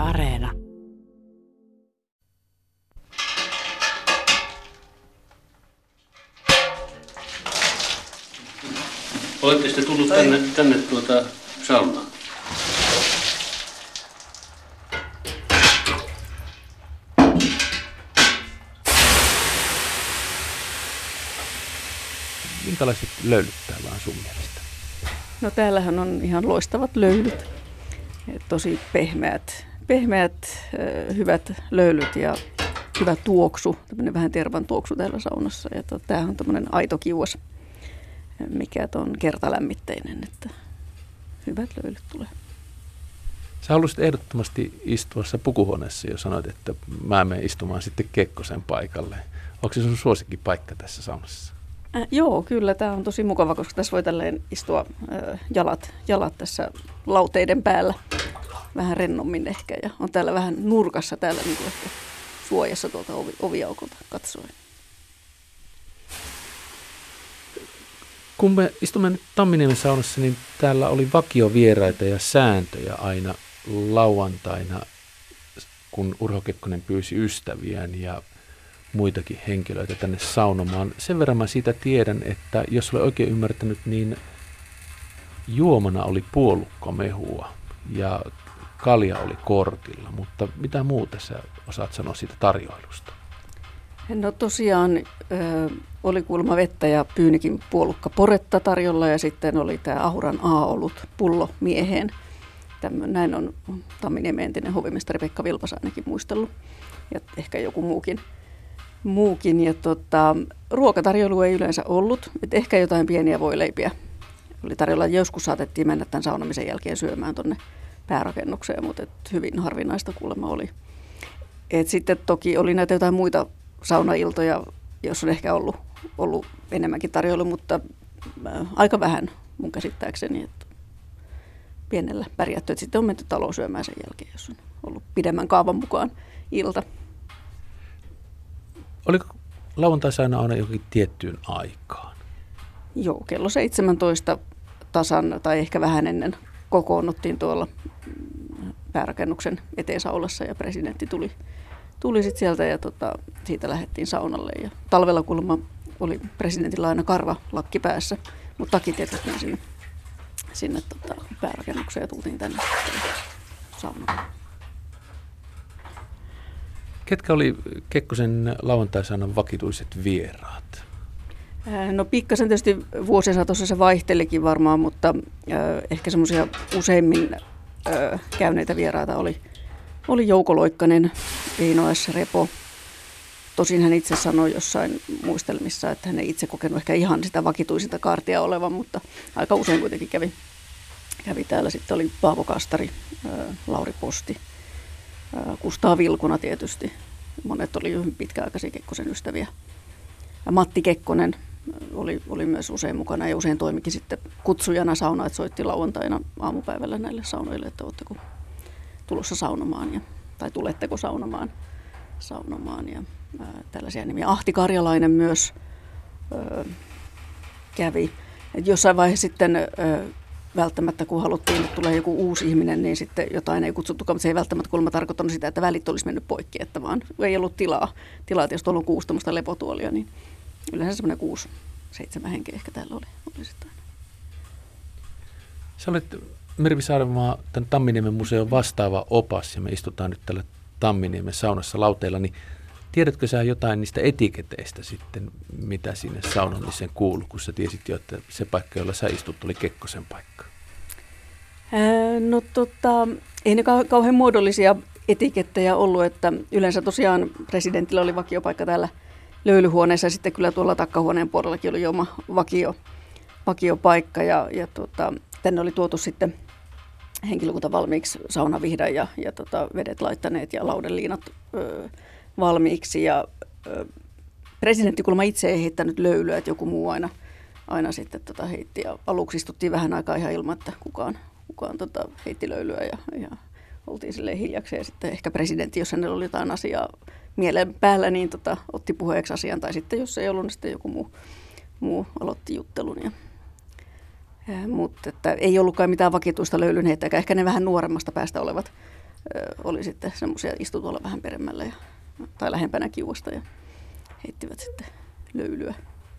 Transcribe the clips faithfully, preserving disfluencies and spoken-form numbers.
Areena. Olette sitten tullut tänne, tänne tuota saunaan? Minkälaiset löylyt täällä on sun mielestä? No täällähän on ihan loistavat löylyt. Tosi pehmeät, pehmeät hyvät löylyt ja hyvä tuoksu. Tämmöinen vähän tervan tuoksu täällä saunassa. Ja to, tämähän on tämmöinen aito kiuas, mikä on kertalämmitteinen, että hyvät löylyt tulee. Sä haluaisit ehdottomasti istua se pukuhuoneessa ja sanoit, että mä menen istumaan sitten Kekkosen paikalle. Onko se sun suosikkipaikka tässä saunassa? Äh, joo, kyllä. Tämä on tosi mukava, koska tässä voi tälleen istua äh, jalat, jalat tässä lauteiden päällä vähän rennommin ehkä. Ja on täällä vähän nurkassa täällä niin kuin ehkä suojassa tuolta ovi, oviaukolta katsoen. Kun me istumme nyt Tamminiemen saunassa, niin täällä oli vakiovieraita ja sääntöjä aina lauantaina, kun Urho Kekkonen pyysi ystäviään ja muitakin henkilöitä tänne saunomaan. Sen verran mä siitä tiedän, että jos olen oikein ymmärtänyt, niin juomana oli puolukkomehua ja kalja oli kortilla, mutta mitä muuta sä osaat sanoa siitä tarjoilusta? No tosiaan ö, oli kuulemma vettä ja Pyynikin puolukka poretta tarjolla ja sitten oli tämä Ahuran A-olut pullo mieheen. Tämmönen, näin on Tamminiemen entinen hovimestari Pekka Vilpas ainakin muistellut ja ehkä joku muukin. muukin. Ja tota, ruokatarjoilu ei yleensä ollut, että ehkä jotain pieniä voileipiä oli tarjolla. Joskus saatettiin mennä tämän saunomisen jälkeen syömään tuonne päärakennukseen, mutta et hyvin harvinaista kuulemma oli. Et sitten toki oli näitä jotain muita saunailtoja, jos on ehkä ollut, ollut enemmänkin tarjoilu, mutta äh, aika vähän mun käsittääkseni, että pienellä pärjätty. Et sitten on menty taloon syömään sen jälkeen, jos on ollut pidemmän kaavan mukaan ilta. Oliko lauantai-sauna aina johonkin tiettyyn aikaan? Joo, kello seitsemäntoista tasan tai ehkä vähän ennen kokoonnuttiin tuolla päärakennuksen eteensaulassa ja presidentti tuli, tuli sitten sieltä ja tota, siitä lähdettiin saunalle. Ja talvella kuulemma oli presidentillä aina karva lakki päässä, mutta takia tietysti sinne, sinne tota, päärakennukseen ja tultiin tänne saunaan. Ketkä oli Kekkosen lauantai-saunan vakituiset vieraat? No pikkasen tietysti vuosien saatossa se vaihtelikin varmaan, mutta äh, ehkä semmoisia useimmin äh, käyneitä vieraita oli, oli Jouko Loikkanen, Eino S. Repo. Tosin hän itse sanoi jossain muistelmissa, että hän ei itse kokenut ehkä ihan sitä vakituisinta kaartia olevan, mutta aika usein kuitenkin kävi, kävi täällä. Sitten oli Paavo Kastari, äh, Lauri Posti, äh, Kustaa Vilkuna tietysti. Monet oli hyvin pitkäaikaisia Kekkosen ystäviä. Ja Matti Kekkonen oli, oli myös usein mukana ja usein toimikin sitten kutsujana saunaan, että soitti lauantaina aamupäivällä näille saunoille, että oletteko tulossa saunomaan ja, tai tuletteko saunomaan. saunomaan ja, ää, tällaisia nimiä. Ahti Karjalainen myös ää, kävi. Et jossain vaiheessa sitten ää, välttämättä, kun haluttiin, että tulee joku uusi ihminen, niin sitten jotain ei kutsuttukaan, mutta se ei välttämättä kuulemma tarkoittanut sitä, että välit olisi mennyt poikki, että vaan ei ollut tilaa. Tilaa, jos tuolla on kuusi tämmöistä lepotuolia, niin yleensä semmoinen kuusi, seitsemän henkeä ehkä täällä oli, oli sitten aina. Sä olet Mervi Saarenmaa, tämän Tamminiemen museon vastaava opas, ja me istutaan nyt tällä Tamminiemen saunassa lauteilla, niin tiedätkö sä jotain niistä etiketeistä sitten, mitä sinne saunomiseen kuuluu, kun sä tiesit jo, että se paikka, jolla sä istut, oli Kekkosen paikka? Ää, no tota, ei ne kau- kauhean muodollisia etikettejä ollut, että yleensä tosiaan presidentillä oli vakiopaikka täällä löylyhuoneessa ja sitten kyllä tuolla takkahuoneen puolellakin oli jo oma vakio, vakiopaikka ja, ja tota, tänne oli tuotu sitten henkilökunta valmiiksi saunavihdan ja, ja tota, vedet laittaneet ja laudeliinat ö, valmiiksi ja ö, presidentti kuulemma itse ei heittänyt löylyä, että joku muu aina, aina sitten tota heitti ja aluksi istuttiin vähän aikaa ihan ilman, että kukaan, kukaan tota heitti löylyä ja, ja oltiin silleen hiljaksi ja sitten ehkä presidentti, jos hänellä oli jotain asiaa mielen päällä, niin tota, otti puheeksi asian tai sitten jos ei ollut, niin sitten joku muu, muu aloitti juttelun ja mutta että ei ollutkaan mitään vakituista löylynheittäjää, ehkä ne vähän nuoremmasta päästä olevat, oli sitten semmoisia, istu tuolla vähän peremmällä ja, tai lähempänä kiuasta ja heittivät sitten löylyä.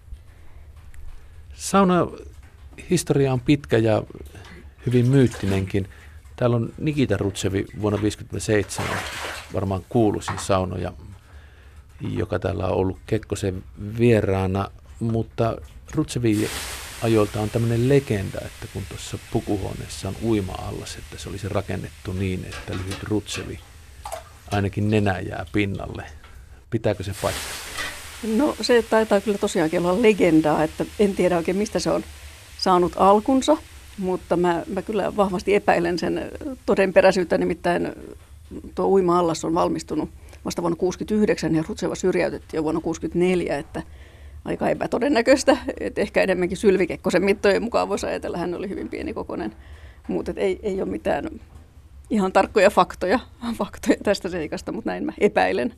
Sauna historia on pitkä ja hyvin myyttinenkin. Täällä on Nikita Rutsevi vuonna tuhatyhdeksänsataaviisikymmentäseitsemän, varmaan kuuluisin saunoja, joka täällä on ollut Kekkosen vieraana, mutta Rutsevi ajoilta on tämmöinen legenda, että kun tuossa pukuhuoneessa on uima-allas, että se olisi rakennettu niin, että lyhyt Rutsevi ainakin nenä jää pinnalle. Pitääkö se paikkaa? No se taitaa kyllä tosiaankin olla legendaa, että en tiedä oikein mistä se on saanut alkunsa, mutta mä, mä kyllä vahvasti epäilen sen todenperäisyyttä, nimittäin tuo uima-allas on valmistunut vasta vuonna tuhatyhdeksänsataakuusikymmentäyhdeksän ja Rutseva syrjäytettiin jo vuonna tuhatyhdeksänsataakuusikymmentäneljä, että aika epätodennäköistä, että ehkä enemmänkin Sylvi Kekkosen mittojen mukaan voisi ajatella, hän oli hyvin pienikokoinen, mutta ei, ei ole mitään ihan tarkkoja faktoja, faktoja tästä seikasta, mutta näin mä epäilen.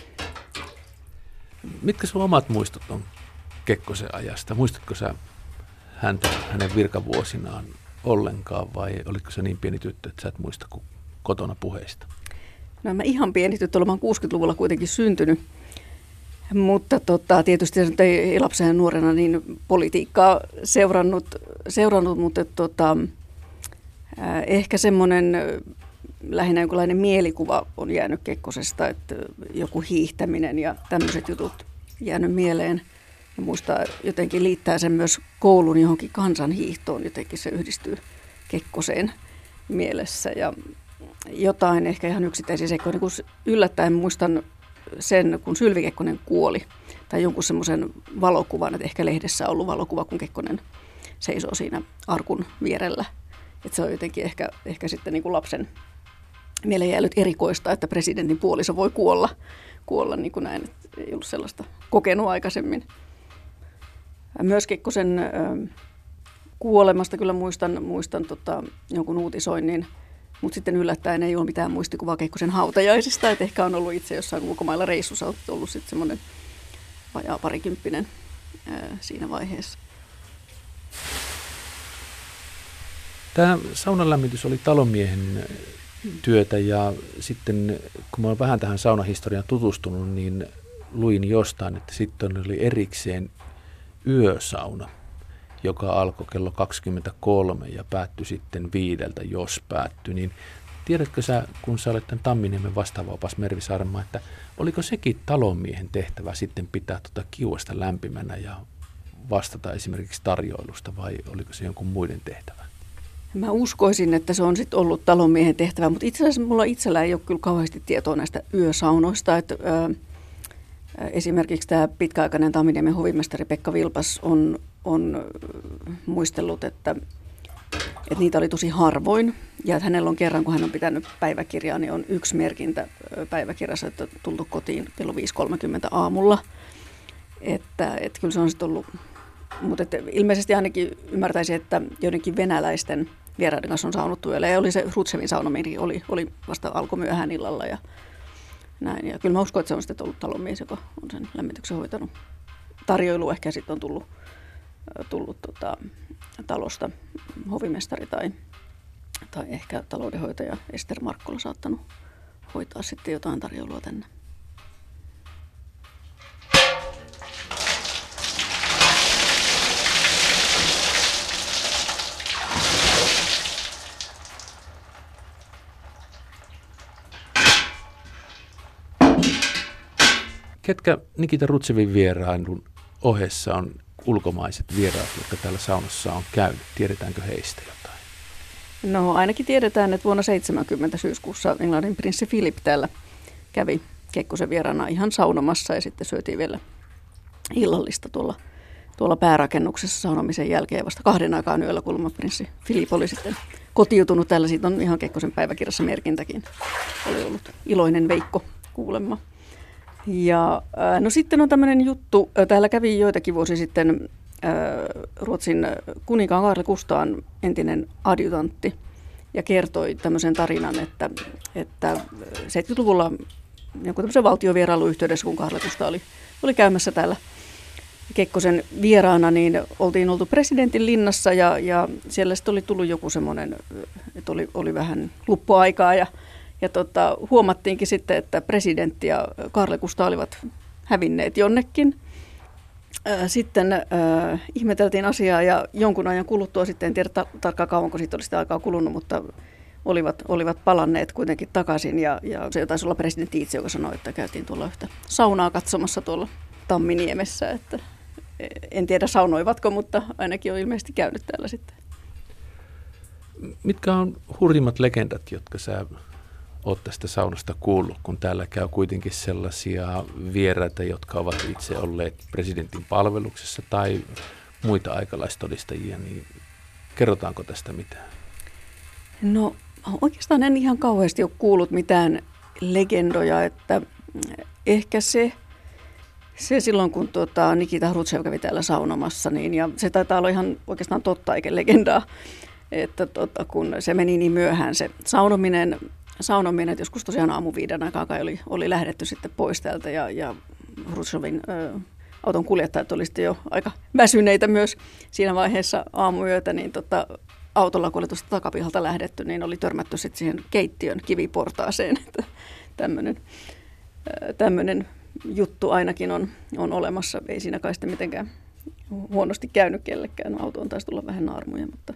Mitkä sun omat muistot on Kekkosen ajasta? Muistatko sä häntä hänen virkavuosinaan ollenkaan vai oliko se niin pieni tyttö, että sä et muista kuin kotona puheista? No mä ihan pieni tyttö, olen kuusikymmentäluvulla kuitenkin syntynyt, mutta tota, tietysti ei lapsena ja nuorena niin politiikkaa seurannut, seurannut mutta tota, äh, ehkä semmoinen lähinnä jonkinlainen mielikuva on jäänyt Kekkosesta, että joku hiihtäminen ja tämmöiset jutut jäänyt mieleen. Ja muistaa jotenkin liittää sen myös koulun johonkin kansanhiihtoon, jotenkin se yhdistyy Kekkoseen mielessä. Ja jotain ehkä ihan yksittäisiä seikkoja, niin yllättäen muistan sen, kun Sylvi Kekkonen kuoli, tai jonkun semmoisen valokuvan, että ehkä lehdessä on ollut valokuva, kun Kekkonen seisoo siinä arkun vierellä. Että se on jotenkin ehkä, ehkä sitten niin kuin lapsen mieleen jäänyt erikoista, että presidentin puoliso voi kuolla, kuolla niin kuin näin, että ei ollut sellaista kokenut aikaisemmin. Myös Kekkosen kuolemasta kyllä muistan, muistan tota, jonkun uutisoinnin, mutta sitten yllättäen ei ole mitään muistikuvaa Kekkosen hautajaisista, että ehkä on ollut itse jossain ulkomailla reissussa, ollut sitten semmoinen vajaa parikymppinen ää, siinä vaiheessa. Tämä saunalämmitys oli talonmiehen työtä ja sitten kun mä olen vähän tähän saunahistoriaan tutustunut, niin luin jostain, että sitten oli erikseen yösauna, joka alkoi kello kaksikymmentäkolme ja päättyi sitten viideltä, jos päättyi. Niin tiedätkö sä, kun sä olet tämän Tamminiemen vastaavaopas Mervi Saarenmaa, että oliko sekin talonmiehen tehtävä sitten pitää tuota kiuasta lämpimänä ja vastata esimerkiksi tarjoilusta vai oliko se jonkun muiden tehtävä? Mä uskoisin, että se on sitten ollut talonmiehen tehtävä, mutta itse asiassa mulla itsellä ei ole kyllä kauheasti tietoa näistä yösaunoista. Että, ää, esimerkiksi tämä pitkäaikainen Tamminiemen hovimestari Pekka Vilpas on, on muistellut, että, että niitä oli tosi harvoin. Ja että hänellä on kerran, kun hän on pitänyt päiväkirjaa, niin on yksi merkintä päiväkirjassa, että tultu kotiin kello viisi kolmekymmentä aamulla. Että, että kyllä se on sitten ollut, mutta että ilmeisesti ainakin ymmärtäisin, että joidenkin venäläisten vieraiden kanssa on saunuttu yöllä. Ja oli se Rutsevin saunominen, oli, oli vasta alkoi myöhään illalla ja näin. Ja kyllä mä uskon, että se on sitten ollut talonmies, joka on sen lämmityksen hoitanut. Tarjoilu ehkä sitten on tullut, tullut tota, talosta hovimestari tai, tai ehkä taloudenhoitaja Ester Markkola saattanut hoitaa sitten jotain tarjoilua tänne. Ketkä Nikita Rutsevin vierailun ohessa on ulkomaiset vieraat, jotka täällä saunassa on käynyt? Tiedetäänkö heistä jotain? No ainakin tiedetään, että vuonna seitsemänkymmentä syyskuussa Englannin prinssi Philip täällä kävi Kekkosen vieraana ihan saunomassa ja sitten syötiin vielä illallista tuolla, tuolla päärakennuksessa saunomisen jälkeen. Vasta kahden aikaan yöllä kuulemma prinssi Philip oli sitten kotiutunut täällä. Siitä on ihan Kekkosen päiväkirjassa merkintäkin. Oli ollut iloinen Veikko kuulemma. Ja no sitten on tämmöinen juttu, täällä kävi joitakin vuosi sitten Ruotsin kuninkaan Kaarle Kustaan entinen adjutantti ja kertoi tämmöisen tarinan, että, että seitsemänkymmentäluvulla jonkun tämmöisen valtiovierailun yhteydessä, kun Kaarle Kustaa oli, oli käymässä täällä Kekkosen vieraana, niin oltiin oltu presidentin linnassa ja, ja siellä sitten oli tullut joku semmoinen, että oli, oli vähän luppuaikaa ja ja tota, huomattiinkin sitten, että presidentti ja Carl Gustaf olivat hävinneet jonnekin. Sitten äh, ihmeteltiin asiaa ja jonkun ajan kuluttua, sitten en tiedä ta- tarkkaan kauanko siitä oli sitä aikaa kulunut, mutta olivat, olivat palanneet kuitenkin takaisin. Ja, ja se taisi olla presidentti itse, joka sanoi, että käytiin tuolla yhtä saunaa katsomassa tuolla Tamminiemessä. Että en tiedä saunoivatko, mutta ainakin on ilmeisesti käynyt täällä sitten. Mitkä on hurjimmat legendat, jotka sä oot tästä saunasta kuullut, kun täällä käy kuitenkin sellaisia vieraita, jotka ovat itse olleet presidentin palveluksessa tai muita aikalaistodistajia, niin kerrotaanko tästä mitään? No oikeastaan en ihan kauheasti ole kuullut mitään legendoja, että ehkä se, se silloin kun tuota, Nikita Hrustsov kävi täällä saunomassa, niin, ja se taitaa olla ihan oikeastaan totta eikä legendaa, että tuota, kun se meni niin myöhään se saunominen, saunominen että joskus tosiaan aamu viiden aikaa kai oli, oli lähdetty sitten pois täältä ja, ja Hrustsovin ö, auton kuljettajat oli sitten jo aika väsyneitä myös siinä vaiheessa aamuyötä, niin tota, autolla kun oli tuosta takapihalta lähdetty, niin oli törmätty sitten siihen keittiön kiviportaaseen, että tämmöinen, tämmöinen juttu ainakin on, on olemassa. Ei siinä kai sitten mitenkään huonosti käynyt kellekään. Autoon taisi tulla vähän naarmuja, mutta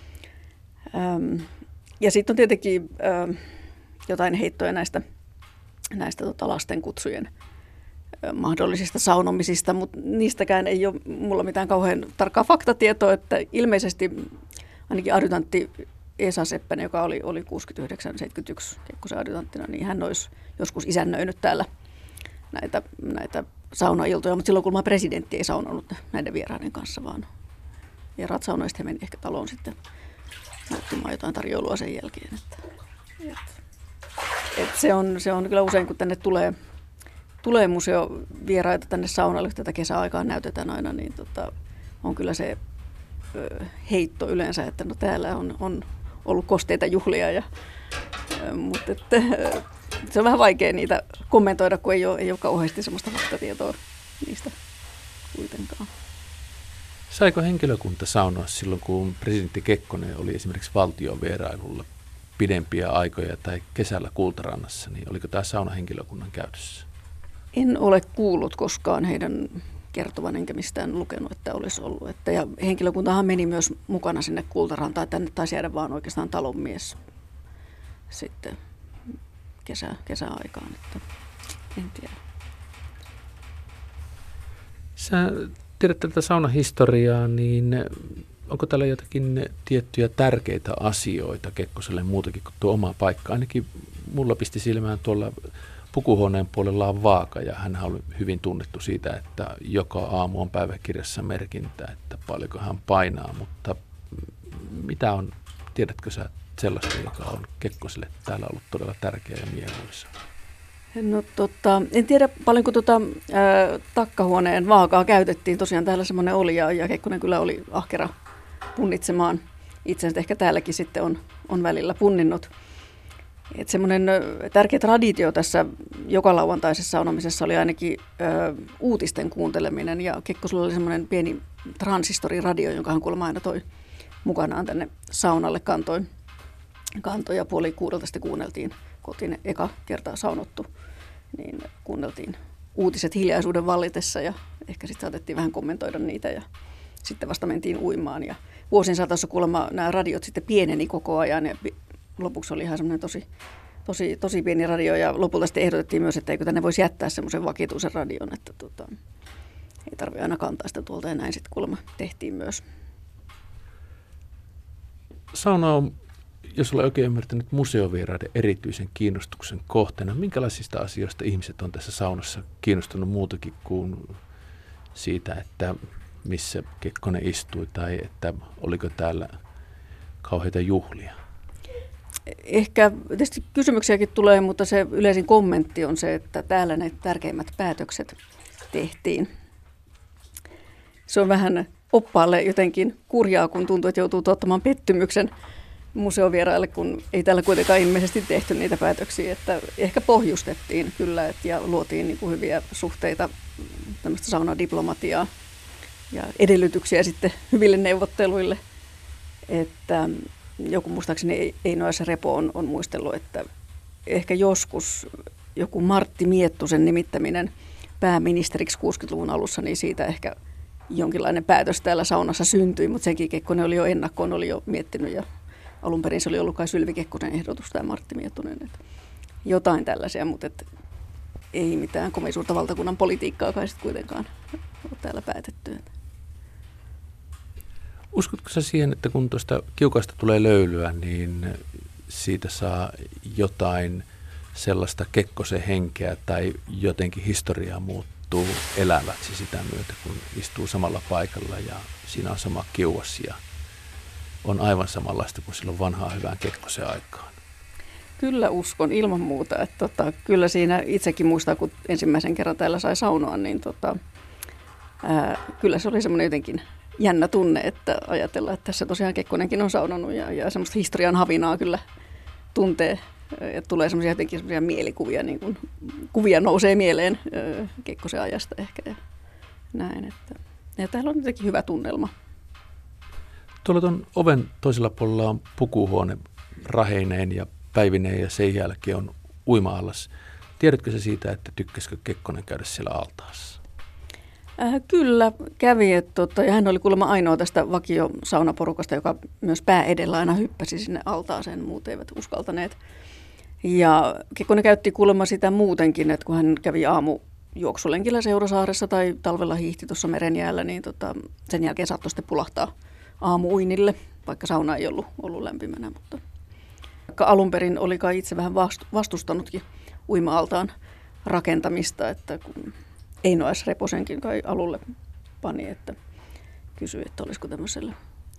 äm, ja sitten on tietenkin äm, jotain heittoja näistä, näistä tota lastenkutsujen ä, mahdollisista saunomisista, mutta niistäkään ei ole mulla mitään kauhean tarkkaa faktatietoa, että ilmeisesti ainakin adjutantti Esa Seppänen, joka oli, oli kuusikymmentäyhdeksän seitsemänkymmentäyksi Kekkosen adjutanttina, niin hän olisi joskus isännöinyt täällä näitä, näitä saunailtoja, mutta silloin kun presidentti ei saunonut näiden vieraiden kanssa, vaan vieraat saunoista he meni ehkä taloon sitten nauttimaan jotain tarjoulua sen jälkeen. Että, et, et se, on, se on kyllä usein, kun tänne tulee, tulee museovieraita tänne saunalle, tätä kesäaikaa näytetään aina, niin tota, on kyllä se heitto yleensä, että no täällä on, on ollut kosteita juhlia, ja, mutta että, se on vähän vaikea niitä kommentoida, kun ei ole, ei ole kauheasti sellaista faktatietoa niistä kuitenkaan. Saiko henkilökunta saunoa silloin, kun presidentti Kekkonen oli esimerkiksi valtion vierailulla pidempiä aikoja tai kesällä Kultarannassa, niin oliko tämä saunahenkilökunnan käytössä? En ole kuullut koskaan heidän kertovan enkä mistään lukenut, että olisi ollut. Että, ja henkilökuntahan meni myös mukana sinne Kultarantaan, tänne taisi jäädä vaan oikeastaan talonmies sitten kesä, kesäaikaan, että en tiedä. Sä tiedät tätä saunahistoriaa, niin onko täällä jotakin tiettyjä tärkeitä asioita Kekkoselle muutakin kuin tuo oma paikka? Ainakin mulla pisti silmään tuolla pukuhuoneen puolella on vaaka, ja hän on hyvin tunnettu siitä, että joka aamu on päiväkirjassa merkintä, että paljonko hän painaa, mutta mitä on, tiedätkö sä sellaista, joka on Kekkoselle täällä ollut todella tärkeä ja mieluisa? No tota, en tiedä paljonko tota, ää, takkahuoneen vaakaa käytettiin, tosiaan täällä semmoinen oli, ja, ja Kekkonen kyllä oli ahkera punnitsemaan itsensä, ehkä täälläkin sitten on, on välillä punninnut. Että semmoinen tärkeä traditio tässä joka lauantaisessa saunomisessa oli ainakin ö, uutisten kuunteleminen, ja Kekkosella oli semmoinen pieni transistoriradio, jonka hän kuulemma aina toi mukanaan tänne saunalle, kantoi, kantoi ja puoli kuudelta sitten kuunneltiin, kotiin eka kertaa saunottu, niin kuunneltiin uutiset hiljaisuuden vallitessa, ja ehkä sitten saatettiin vähän kommentoida niitä, ja sitten vasta mentiin uimaan, ja vuosien saatossa kuulemma nämä radiot sitten pieneni koko ajan, ja lopuksi oli ihan semmoinen tosi, tosi, tosi pieni radio, ja lopulta sitten ehdotettiin myös, että eikö tänne voisi jättää semmoisen vakituisen radion, että tota, ei tarvitse aina kantaa sitä tuolta, ja näin sitten kuulemma tehtiin myös. Sauna on, jos olen oikein ymmärtänyt, museovieraiden erityisen kiinnostuksen kohteena. Minkälaisista asioista ihmiset on tässä saunassa kiinnostunut muutakin kuin siitä, että missä Kekkonen istui, tai että oliko täällä kauheita juhlia? Ehkä tietysti kysymyksiäkin tulee, mutta se yleisin kommentti on se, että täällä ne tärkeimmät päätökset tehtiin. Se on vähän oppaalle jotenkin kurjaa, kun tuntuu, että joutuu tuottamaan pettymyksen museovieraille, kun ei täällä kuitenkaan ilmeisesti tehty niitä päätöksiä. Että ehkä pohjustettiin kyllä, että, ja luotiin niin kuin hyviä suhteita, tämmöistä saunadiplomatiaa ja edellytyksiä sitten hyville neuvotteluille. Että joku muistaakseni Eino S. Repo on, on muistellut, että, ehkä joskus joku Martti Miettusen nimittäminen pääministeriksi kuusikymmentäluvun alussa, niin siitä ehkä jonkinlainen päätös täällä saunassa syntyi, mutta senkin Kekkonen oli jo ennakkoon, oli jo miettinyt ja alun perin se oli ollut kai Sylvi Kekkosen ehdotus tämä Martti Miettunen. Että jotain tällaisia, mutta et ei mitään kovin suurta valtakunnan politiikkaa kai sitten kuitenkaan ole täällä päätetty. Uskotko sä siihen, että kun tuosta kiukasta tulee löylyä, niin siitä saa jotain sellaista Kekkosen henkeä tai jotenkin historiaa muuttuu eläväksi sitä myötä, kun istuu samalla paikalla ja siinä on sama kiuas ja on aivan samanlaista kuin silloin vanhaa hyvään Kekkosen aikaan? Kyllä uskon ilman muuta. Että tota, kyllä siinä itsekin muistaa, kun ensimmäisen kerran täällä sai saunoa, niin tota, ää, kyllä se oli semmoinen jotenkin jännä tunne, että ajatellaan, että tässä tosiaan Kekkonenkin on saunonut ja, ja semmoista historian havinaa kyllä tuntee ja tulee semmoisia jotenkin semmoisia mielikuvia, niin kuin kuvia nousee mieleen ää, Kekkosen ajasta ehkä ja näin. Että, ja täällä on jotenkin hyvä tunnelma. Tuolla tuon oven toisella puolella on pukuhuone raheineen ja päivineen ja sen jälkeen on uima-allas. Tiedätkö sä siitä, että tykkäskö Kekkonen käydä siellä altaassa? Äh, kyllä kävi, että tota, ja hän oli kuulemma ainoa tästä vakiosaunaporukasta, joka myös pää edellä aina hyppäsi sinne altaaseen, muut eivät uskaltaneet. Ja Kekkonen käytti kuulemma sitä muutenkin, että kun hän kävi aamu juoksulenkillä Seurasaaressa tai talvella hiihti tuossa merenjäällä, niin tota, sen jälkeen saattoi sitten pulahtaa aamu-uinille, vaikka sauna ei ollut, ollut lämpimänä. Mutta vaikka alun perin oli kai itse vähän vastustanutkin uima-altaan rakentamista, että kun Eino S. Reposenkin kai alulle pani, että kysyi, että olisiko tämmöisellä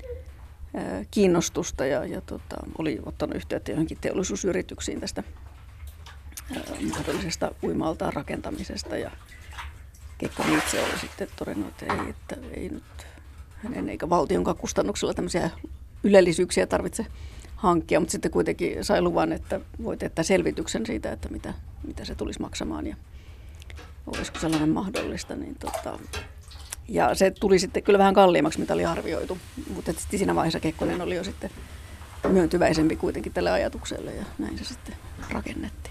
ää, kiinnostusta ja, ja tota, oli ottanut yhteyttä johonkin teollisuusyrityksiin tästä ää, mahdollisesta uima-altaan rakentamisesta ja Kekkonen itse oli sitten todennut, että ei, että ei nyt hänen eikä valtionkaan kustannuksella tämmöisiä ylellisyyksiä tarvitse hankkia, mutta sitten kuitenkin sai luvan, että voi tehdä selvityksen siitä, että mitä, mitä se tulisi maksamaan ja olisiko sellainen mahdollista. Niin tota, ja se tuli sitten kyllä vähän kalliimmaksi, mitä oli arvioitu, mutta siinä vaiheessa Kekkonen oli jo sitten myöntyväisempi kuitenkin tälle ajatukselle ja näin se sitten rakennettiin.